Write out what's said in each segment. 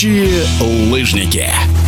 Летающие лыжники.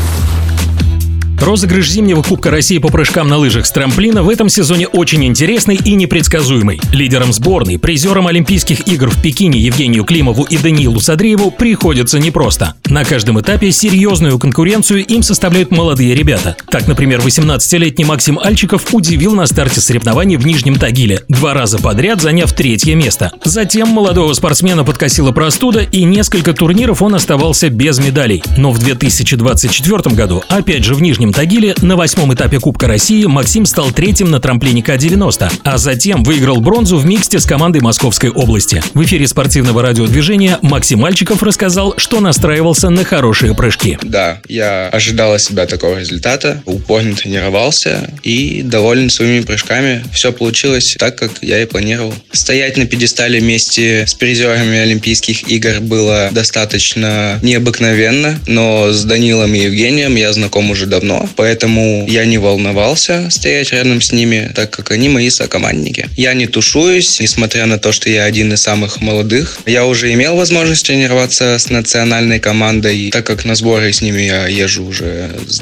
Розыгрыш зимнего Кубка России по прыжкам на лыжах с трамплина в этом сезоне очень интересный и непредсказуемый. Лидерам сборной, призерам Олимпийских игр в Пекине Евгению Климову и Даниилу Садриеву приходится непросто. На каждом этапе серьезную конкуренцию им составляют молодые ребята. Так, например, 18-летний Максим Альчиков удивил на старте соревнований в Нижнем Тагиле, 2 раза подряд заняв 3-е место. Затем молодого спортсмена подкосила простуда, и несколько турниров он оставался без медалей. Но в 2024 году, опять же в Нижнем Тагиле, на 8-м этапе Кубка России Максим стал 3-м на трамплине К-90, а затем выиграл бронзу в миксте с командой Московской области. В эфире спортивного радиодвижения Максим Альчиков рассказал, что настраивался на хорошие прыжки. Да, я ожидал от себя такого результата, упорно тренировался и доволен своими прыжками. Все получилось так, как я и планировал. Стоять на пьедестале вместе с призерами Олимпийских игр было достаточно необыкновенно, но с Данилом и Евгением я знаком уже давно. Поэтому я не волновался стоять рядом с ними, так как они мои сокомандники. Я не тушуюсь, несмотря на то, что я один из самых молодых. Я уже имел возможность тренироваться с национальной командой, так как на сборы с ними я езжу уже с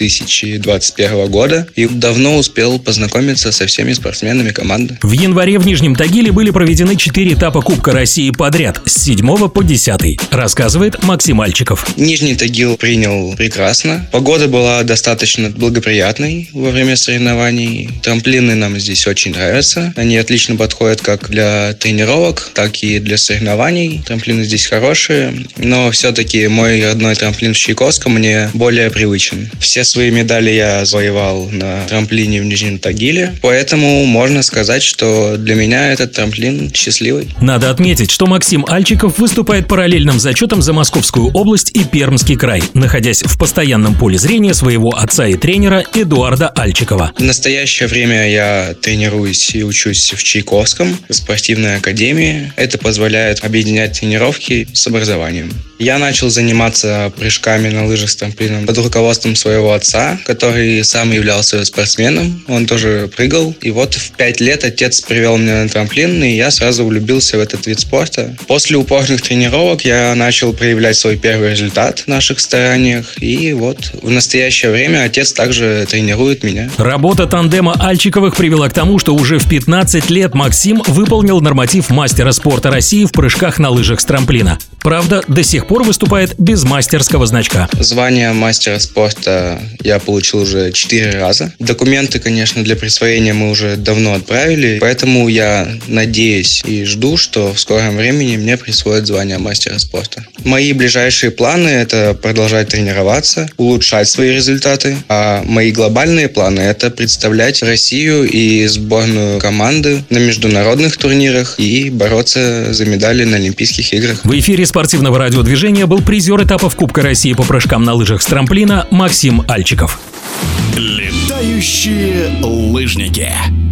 2021 года и давно успел познакомиться со всеми спортсменами команды. В январе в Нижнем Тагиле были проведены 4 этапа Кубка России подряд, с 7 по 10, рассказывает Максим Альчиков. Нижний Тагил принял прекрасно. Погода была достаточно благоприятной во время соревнований. Трамплины нам здесь очень нравятся. Они отлично подходят как для тренировок, так и для соревнований. Трамплины здесь хорошие, но все-таки мой родной трамплин в Чайковском мне более привычен. Все свои медали я завоевал на трамплине в Нижнем Тагиле, поэтому можно сказать, что для меня этот трамплин счастливый. Надо отметить, что Максим Альчиков выступает параллельным зачетом за Московскую область и Пермский край, находясь в постоянном поле зрения своего отца и тренера Эдуарда Альчикова. В настоящее время я тренируюсь и учусь в Чайковском, в спортивной академии. Это позволяет объединять тренировки с образованием. Я начал заниматься прыжками на лыжах с трамплином под руководством своего отца, который сам являлся спортсменом. Он тоже прыгал. И вот в 5 лет отец привел меня на трамплин, и я сразу влюбился в этот вид спорта. После упорных тренировок я начал проявлять свой первый результат в наших стараниях. И вот в настоящее время отец также тренирует меня. Работа тандема Альчиковых привела к тому, что уже в 15 лет Максим выполнил норматив мастера спорта России в прыжках на лыжах с трамплина. Правда, до сих пор выступает без мастерского значка. Звание мастера спорта я получил уже 4 раза. Документы, конечно, для присвоения мы уже давно отправили, поэтому я надеюсь и жду, что в скором времени мне присвоят звание мастера спорта. Мои ближайшие планы – это продолжать тренироваться, улучшать свои результаты, а мои глобальные планы – это представлять Россию и сборную команды на международных турнирах и бороться за медали на Олимпийских играх. В эфире спортивного радиодвижения был призер этапов Кубка России по прыжкам на лыжах с трамплина Максим Альчиков. Летающие лыжники.